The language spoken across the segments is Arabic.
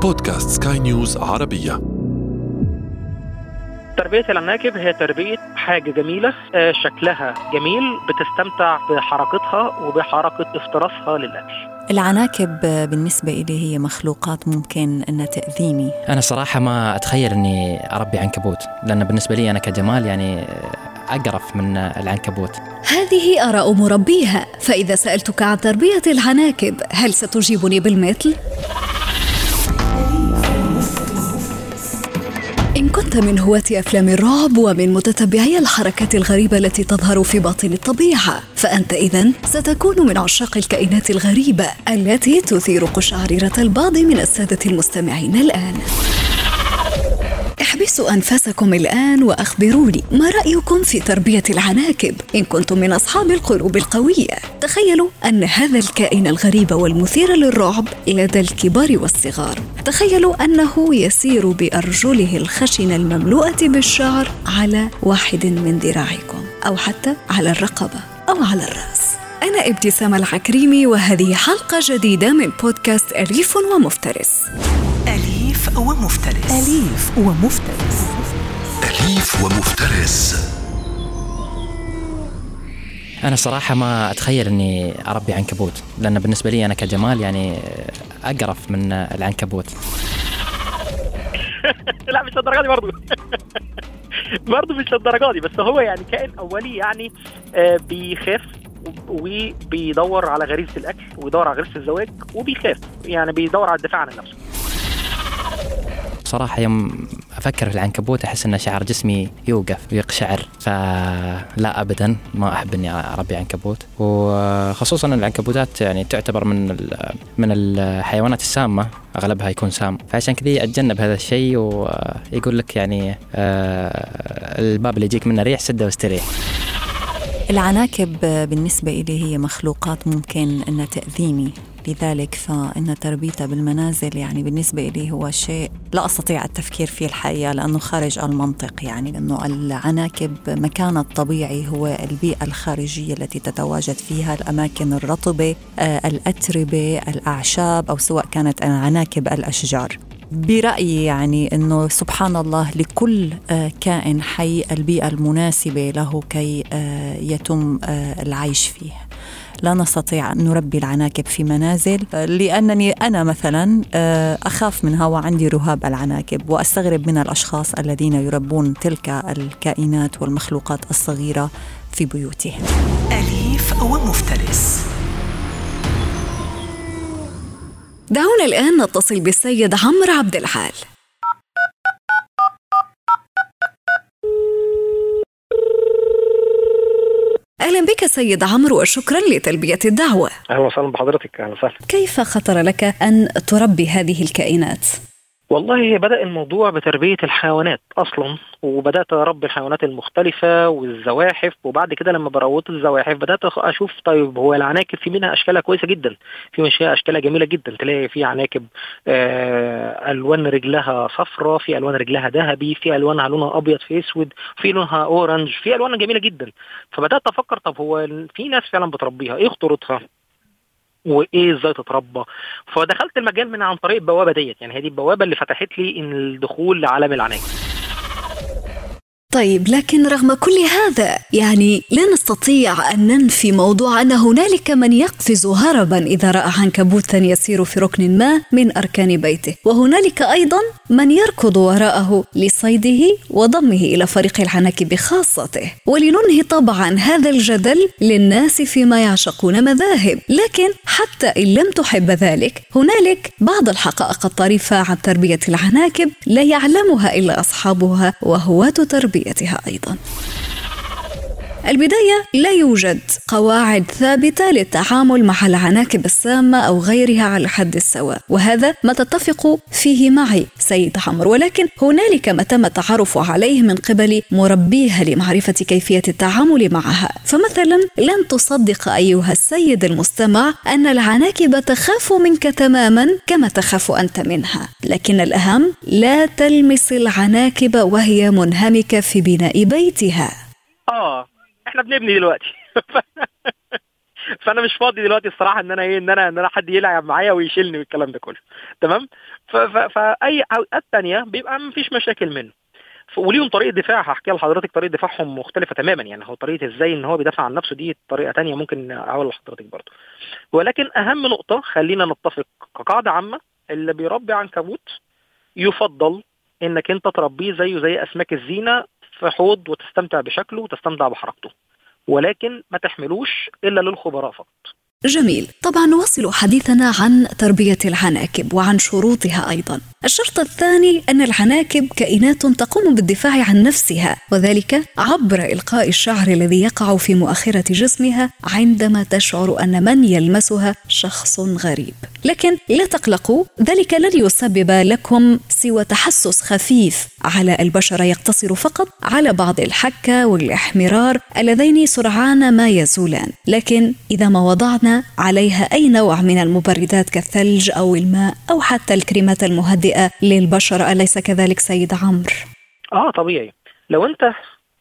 بودكاست سكاي نيوز عربية. تربية العناكب هي تربية حاجة جميلة، شكلها جميل، بتستمتع بحركتها وبحركة افتراسها للأكل. العناكب بالنسبة إلي هي مخلوقات ممكن أن تأذيني. أنا صراحة ما أتخيل أني أربي عنكبوت، لأن بالنسبة لي أنا كجمال يعني أقرف من العنكبوت. هذه آراء مربيها، فإذا سألتك عن تربية العناكب هل ستجيبني بالمثل؟ إن كنت من هواة أفلام الرعب ومن متتبعي الحركات الغريبة التي تظهر في باطن الطبيعة، فأنت إذن ستكون من عشاق الكائنات الغريبة التي تثير قشعريرة البعض من السادة المستمعين الآن. احبسوا أنفاسكم الآن وأخبروني ما رأيكم في تربية العناكب إن كنتم من أصحاب القلوب القوية. تخيلوا أن هذا الكائن الغريب والمثير للرعب لدى الكبار والصغار. تخيلوا أنه يسير بأرجله الخشنة المملوءة بالشعر على واحد من ذراعكم، أو حتى على الرقبة أو على الرأس. أنا ابتسام العكريمي، وهذه حلقة جديدة من بودكاست أليف ومفترس. أليف ومفترس. أليف ومفترس. أليف ومفترس. أنا صراحة ما أتخيل أني أربي عنكبوت، لأن بالنسبة لي أنا كجمال يعني أقرف من العنكبوت. لا مش الدرجة دي برضو مش الدرجة دي، بس هو يعني كائن أولي، يعني بيخاف وبيدور على غريزة الأكل ويدور على غريزة الزواج، وبيخاف يعني بيدور على الدفاع عن نفسه. صراحة يوم أفكر في العنكبوت أحس أن شعر جسمي يوقف ويقشعر، فلا أبدا ما أحب أني أربي عنكبوت. وخصوصا العنكبوتات يعني تعتبر من الحيوانات السامة، أغلبها يكون سام، فعشان كذا أتجنب هذا الشيء. ويقول لك يعني الباب اللي يجيك منه ريح سده واستريح. العناكب بالنسبة إلي هي مخلوقات ممكن أن تأذيني، لذلك فإن تربيتها بالمنازل يعني بالنسبة إلي هو شيء لا أستطيع التفكير فيه الحقيقة، لأنه خارج المنطق. يعني لأنه العناكب مكانها الطبيعي هو البيئة الخارجية التي تتواجد فيها، الأماكن الرطبة، الأتربة، الأعشاب، أو سواء كانت عناكب الأشجار. برأيي يعني أنه سبحان الله لكل كائن حي البيئة المناسبة له كي يتم العيش فيه. لا نستطيع أن نربي العناكب في منازل، لأنني أنا مثلا أخاف منها وعندي رهاب العناكب، وأستغرب من الأشخاص الذين يربون تلك الكائنات والمخلوقات الصغيرة في بيوتهم. أليف ومفترس. دعونا الآن نتصل بالسيد عمرو عبد الحال. أهلا بك سيد عمرو، وشكرا لتلبية الدعوة. أهلا وسهلا بحضرتك. أهلا وسهلا. كيف خطر لك أن تربي هذه الكائنات؟ والله بدأ الموضوع بتربية الحيوانات أصلا، وبدأت أربي الحيوانات المختلفة والزواحف، وبعد كده لما بروضت الزواحف بدأت أشوف طيب هو العناكب في منها أشكالها كويسة جدا، في منها أشكالها جميلة جدا. تلاقي في عناكب ألوان رجلها صفرة، في ألوان رجلها ذهبي، في ألوانها لونها أبيض في أسود، في لونها أورنج، في ألوان جميلة جدا. فبدأت أفكر طب هو في ناس فعلا بتربيها، إيه خطورتها وايه ازاي تتربى؟ فدخلت المجال من عن طريق البوابه ديت، يعني هذه البوابه اللي فتحت لي ان الدخول لعالم العناكب. طيب، لكن رغم كل هذا يعني لا نستطيع أن ننفي موضوع أن هنالك من يقفز هربا إذا رأى عنكبوتا يسير في ركن ما من أركان بيته، وهنالك أيضا من يركض وراءه لصيده وضمه إلى فريق العناكب خاصته. ولننهي طبعا هذا الجدل للناس فيما يعشقون مذاهب، لكن حتى إن لم تحب ذلك هنالك بعض الحقائق الطريفة عن تربية العناكب لا يعلمها إلا أصحابها وهواة تربيتها أيضا. البداية، لا يوجد قواعد ثابتة للتعامل مع العناكب السامة أو غيرها على حد السواء، وهذا ما تتفق فيه معي سيد عمرو، ولكن هنالك ما تم التعرف عليه من قبل مربيها لمعرفة كيفية التعامل معها. فمثلا لن تصدق أيها السيد المستمع أن العناكب تخاف منك تماما كما تخاف أنت منها، لكن الأهم لا تلمس العناكب وهي منهمكة في بناء بيتها. احنا بنبني دلوقتي فانا مش فاضي دلوقتي الصراحه ان انا حد يلعب معايا ويشيلني والكلام ده كله. تمام. فاي اوقات تانية بيبقى مفيش مشاكل منه، وليهم طريقه دفاع هحكي لحضرتك. طريقه دفاعهم مختلفه تماما، يعني هو طريقه ازاي ان هو بيدافع عن نفسه دي طريقه تانية ممكن اقول لحضرتك برضه. ولكن اهم نقطه خلينا نتفق كقاعده عامه، اللي بيربي عنكبوت يفضل انك انت تربيه زيه زي اسماك الزينه في حوض وتستمتع بشكله وتستمتع بحركته، ولكن ما تحملوش الا للخبراء فقط. جميل. طبعا نواصل حديثنا عن تربية العناكب وعن شروطها أيضا. الشرط الثاني أن العناكب كائنات تقوم بالدفاع عن نفسها، وذلك عبر إلقاء الشعر الذي يقع في مؤخرة جسمها عندما تشعر أن من يلمسها شخص غريب. لكن لا تقلقوا، ذلك لن يسبب لكم سوى تحسس خفيف على البشرة يقتصر فقط على بعض الحكة والاحمرار اللذين سرعان ما يزولان. لكن إذا ما وضعنا عليها أي نوع من المبردات كالثلج أو الماء أو حتى الكريمات المهدئة للبشرة، أليس كذلك سيد عمرو؟ طبيعي. لو أنت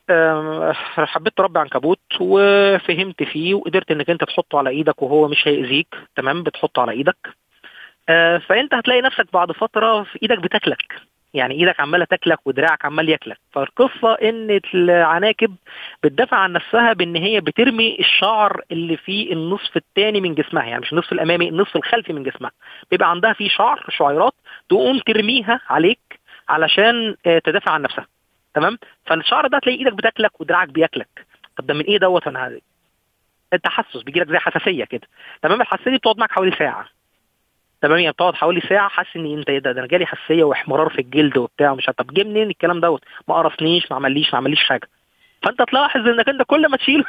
حبيت تربي عنكبوت وفهمت فيه وقدرت انك انت تحطه على ايدك وهو مش هيأذيك، تمام، بتحطه على ايدك، فانت هتلاقي نفسك بعد فترة في ايدك بتاكلك، يعني ايدك عماله تاكلك ودراعك عمال ياكلك. فالقصه ان العناكب بتدافع عن نفسها بان هي بترمي الشعر اللي في النصف الثاني من جسمها، يعني مش النصف الامامي، النصف الخلفي من جسمها بيبقى عندها فيه شعيرات تقوم ترميها عليك علشان تدافع عن نفسها. تمام. فالشعر ده تلاقي ايدك بتاكلك ودراعك بياكلك. طب ده من ايه دوت؟ انا التحسس بيجي لك زي حساسيه كده. تمام. الحساسيه دي بتقعد معاك حوالي ساعه. تمام. يعني بتقعد حوالي ساعه حاسس ان انت ايه ده انا جالي حساسيه واحمرار في الجلد وبتاع مش طب جه منين الكلام دوت؟ ما قرصنيش، ما عمليش حاجه. فانت تلاحظ انك انت كل ما تشيله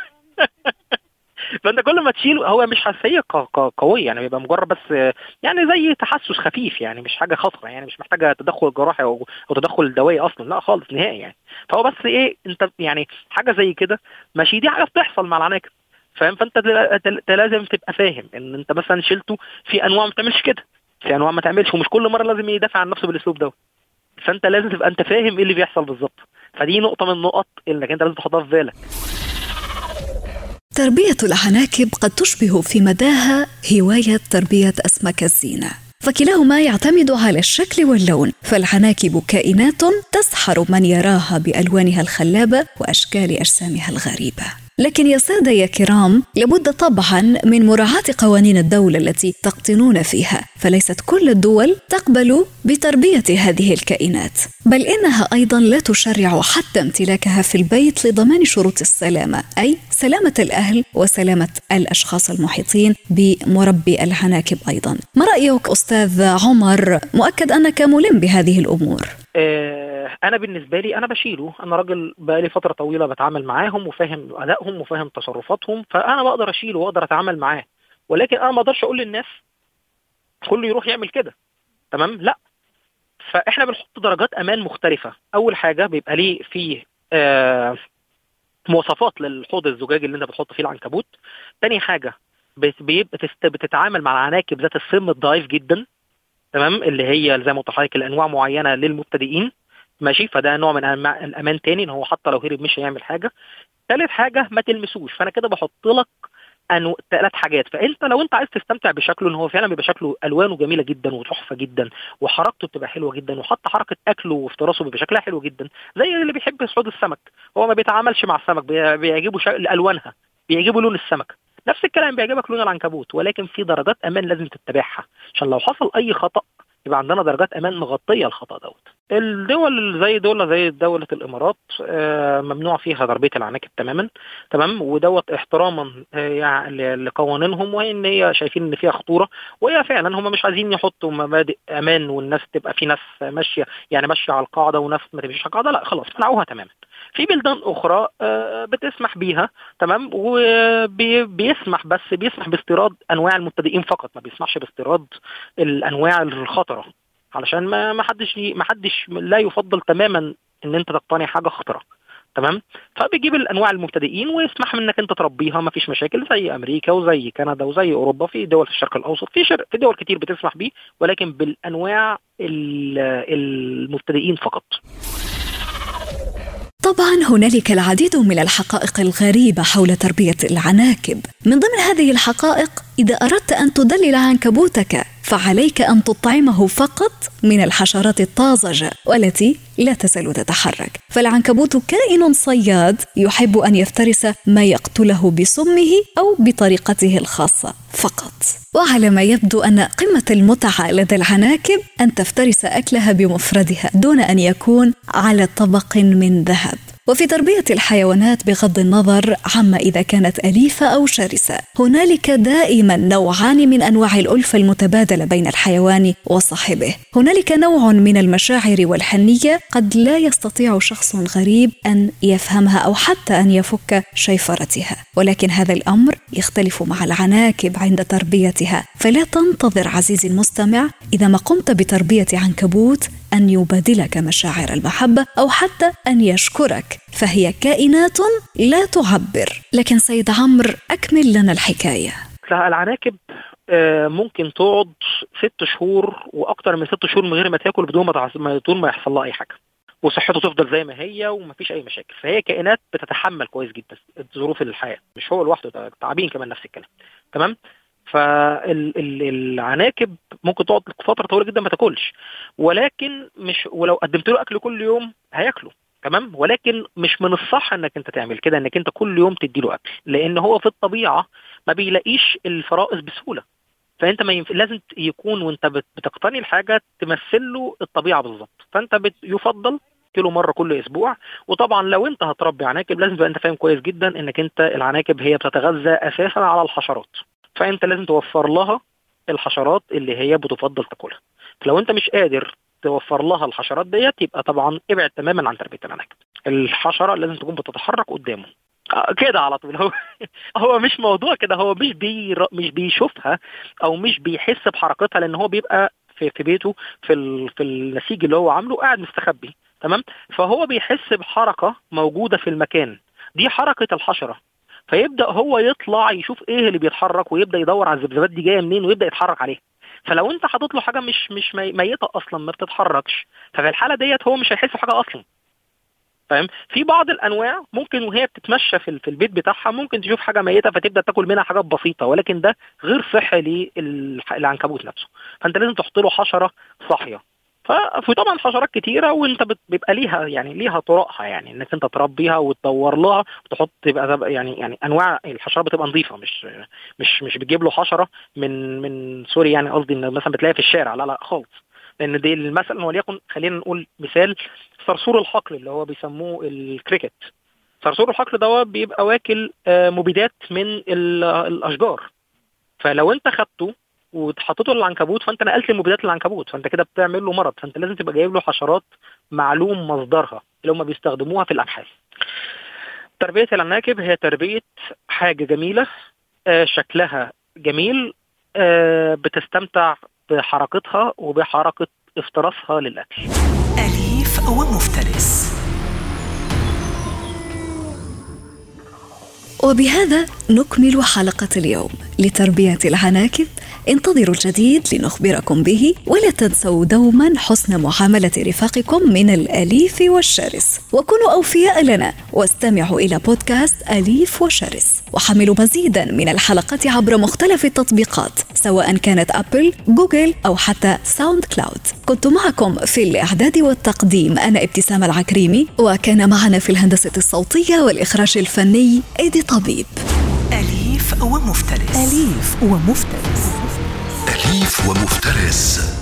فانت كل ما تشيله هو مش حساسيه قويه، يعني بيبقى مجرد بس يعني زي تحسس خفيف، يعني مش حاجه خطره، يعني مش محتاجه تدخل جراحي او تدخل دوائي اصلا، لا خالص نهائي يعني. فهو بس ايه، انت يعني حاجه زي كده ماشي، دي حاجه بتحصل مع العناكب، فاهم؟ فانت لازم تبقى فاهم ان انت مثلا شلته في انواع ما بتعملش كده، في انواع ما تعملش، ومش كل مره لازم يدافع عن نفسه بالاسلوب ده. فانت لازم تبقى انت فاهم ايه اللي بيحصل بالظبط. فدي نقطه من النقط اللي انت لازم تحطها في بالك. تربية العناكب قد تشبه في مداها هواية تربية أسماك الزينة، فكلاهما يعتمد على الشكل واللون. فالعناكب كائنات تسحر من يراها بألوانها الخلابة وأشكال أجسامها الغريبة. لكن يا سادة يا كرام، لابد طبعا من مراعاة قوانين الدولة التي تقطنون فيها، فليست كل الدول تقبل بتربية هذه الكائنات، بل إنها أيضا لا تشرع حتى امتلاكها في البيت لضمان شروط السلامة، أي سلامة الأهل وسلامة الأشخاص المحيطين بمربي العناكب أيضا. ما رأيك أستاذ عمر؟ مؤكد أنك ملم بهذه الأمور. انا بالنسبه لي انا بشيله، انا راجل بقالي فتره طويله بتعامل معاهم وفاهم ادائهم وفاهم تصرفاتهم، فانا بقدر اشيله واقدر اتعامل معاه. ولكن انا ما اقدرش اقول للناس كله يروح يعمل كده، تمام؟ لا. فاحنا بنحط درجات امان مختلفه. اول حاجه بيبقى ليه فيه مواصفات للحوض الزجاجي اللي انت بتحط فيه العنكبوت. تاني حاجه بتتعامل مع العناكب ذات السم الضعيف جدا، تمام، اللي هي زي ما قلت لحضرتك الانواع معينه للمبتدئين، ماشي. فده نوع من الامان تاني، ان هو حتى لو هرب مش هيعمل حاجه. ثالث حاجه ما تلمسوش. فانا كده بحط لك 3 حاجات. فانت لو انت عايز تستمتع بشكله، ان هو فعلا بيبقى شكله الوانه جميله جدا وتحفه جدا وحركته بتبقى حلوه جدا، وحتى حركه اكله وافتراسه بيبقى شكلها حلو جدا، زي اللي بيحب صيد السمك. هو ما بيتعاملش مع السمك، بيعجبه الوانها، بيعجبه لون السمك. نفس الكلام بيعجبك لون العنكبوت، ولكن في درجات امان لازم تتبعها عشان لو حصل اي خطأ يبقى عندنا درجات امان مغطيه الخطأ دوت. الدول زي دولة الامارات ممنوع فيها تربيه العناكب تماما، تمام، ودوت احتراما يعني لقوانينهم، وان هي شايفين ان فيها خطوره، وهي فعلا هم مش عايزين يحطوا مبادئ امان والناس تبقى في ناس ماشيه ماشيه على القاعده وناس ما تمشيش على القاعده، لا خلاص منعوها تماما. في بلدان اخرى بتسمح بيها، تمام، وبيسمح باستيراد انواع المبتدئين فقط، ما بيسمحش باستيراد الانواع الخطره، علشان ما حدش لا يفضل تماما ان انت تقتني حاجه خطره، تمام. فبيجيب الانواع المبتدئين ويسمح انك انت تربيها، ما فيش مشاكل، زي امريكا وزي كندا وزي اوروبا، في دول في الشرق الاوسط، في دول كتير بتسمح بيه، ولكن بالانواع المبتدئين فقط. طبعا هنالك العديد من الحقائق الغريبة حول تربية العناكب. من ضمن هذه الحقائق، إذا أردت أن تدلل عنكبوتك فعليك أن تطعمه فقط من الحشرات الطازجة والتي لا تزال تتحرك، فالعنكبوت كائن صياد يحب أن يفترس ما يقتله بسمه أو بطريقته الخاصة فقط. وعلى ما يبدو أن قمة المتعة لدى العناكب أن تفترس أكلها بمفردها دون أن يكون على طبق من ذهب. وفي تربية الحيوانات بغض النظر عما إذا كانت أليفة أو شرسة، هنالك دائما نوعان من أنواع الألفة المتبادلة بين الحيوان وصاحبه. هنالك نوع من المشاعر والحنية قد لا يستطيع شخص غريب أن يفهمها أو حتى أن يفك شيفرتها، ولكن هذا الأمر يختلف مع العناكب عند تربيتها. فلا تنتظر عزيزي المستمع إذا ما قمت بتربية عنكبوت أن يبادلك مشاعر المحبة أو حتى أن يشكرك، فهي كائنات لا تعبر. لكن سيد عمرو، أكمل لنا الحكاية. العناكب ممكن تقعد 6 شهور وأكتر من 6 شهور من غير ما تاكل بدون ما يحصل لها أي حاجة، وصحته تفضل زي ما هي ومفيش أي مشاكل. فهي كائنات بتتحمل كويس جدا ظروف الحياة، مش هو لوحده، تعابين كمان نفس الكلام. تمام. فالعناكب ممكن تقعد فترة طويلة جدا ما تاكلش، ولكن مش، ولو قدمت له أكل كل يوم هياكله. تمام. ولكن مش من الصح انك انت تعمل كده، انك انت كل يوم تديله اكل، لان هو في الطبيعة ما بيلاقيش الفرائس بسهولة. فانت لازم يكون وانت بتقتني الحاجة تمثل له الطبيعة بالظبط. فانت يفضل كيلو مرة كل اسبوع. وطبعا لو انت هتربي عناكب لازم تبقى انت فاهم كويس جدا انك انت العناكب هي بتتغذى اساسا على الحشرات، فانت لازم توفر لها الحشرات اللي هي بتفضل تاكلها. فلو انت مش قادر توفر لها الحشرات ديت يبقى طبعا ابعد تماما عن تربية العناكب. الحشرة لازم تكون بتتحرك قدامه كده على طول. هو مش موضوع كده، هو مش بيشوفها او مش بيحس بحركتها، لان هو بيبقى في بيته في النسيج اللي هو عامله قاعد مستخبي. تمام. فهو بيحس بحركة موجودة في المكان دي، حركة الحشرة، فيبدأ هو يطلع يشوف ايه اللي بيتحرك ويبدأ يدور على الذبذبات دي جاية منين ويبدأ يتحرك عليها. فلو انت حاطط له حاجة مش ميتة اصلا ما بتتحركش، ففي الحالة ديت هو مش هيحس بحاجة اصلا. فاهم؟ في بعض الانواع ممكن وهي بتتمشى في البيت بتاعها ممكن تشوف حاجة ميتة فتبدأ تاكل منها حاجات بسيطة، ولكن ده غير صحي للعنكبوت نفسه. فانت لازم تحط له حشرة صاحية. ففي طبعا حشرات كتيرة وانت بيبقى ليها طرقها، يعني انك انت تربيها وتدور لها وتحط، تبقى يعني انواع الحشرات بتبقى نظيفة، مش بتجيب له حشرة من سوري، يعني قصدي ان مثلا بتلاقيها في الشارع، لا خالص. لان دي مثلا وليكن خلينا نقول مثال صرصور الحقل اللي هو بيسموه الكريكت. صرصور الحقل ده بيبقى واكل مبيدات من الاشجار، فلو انت خدته وحطيته للعنكبوت فانت نقلت المبيدات للعنكبوت، فانت كده بتعمل له مرض. فانت لازم تبقى جايب له حشرات معلوم مصدرها اللي هم بيستخدموها في الابحاث. تربية العناكب هي تربية حاجة جميلة، شكلها جميل، بتستمتع بحركتها وبحركة افتراسها للأكل. أليف ومفترس. وبهذا نكمل حلقة اليوم لتربية العناكب. انتظروا الجديد لنخبركم به، ولا تنسوا دوما حسن معاملة رفاقكم من الأليف والشرس، وكونوا أوفياء لنا واستمعوا إلى بودكاست أليف وشرس، وحملوا مزيدا من الحلقات عبر مختلف التطبيقات سواء كانت أبل، جوجل أو حتى ساوند كلاود. كنت معكم في الإعداد والتقديم أنا ابتسام العكريمي، وكان معنا في الهندسة الصوتية والإخراج الفني إيدي طبيب. أليف ومفترس. أليف ومفترس.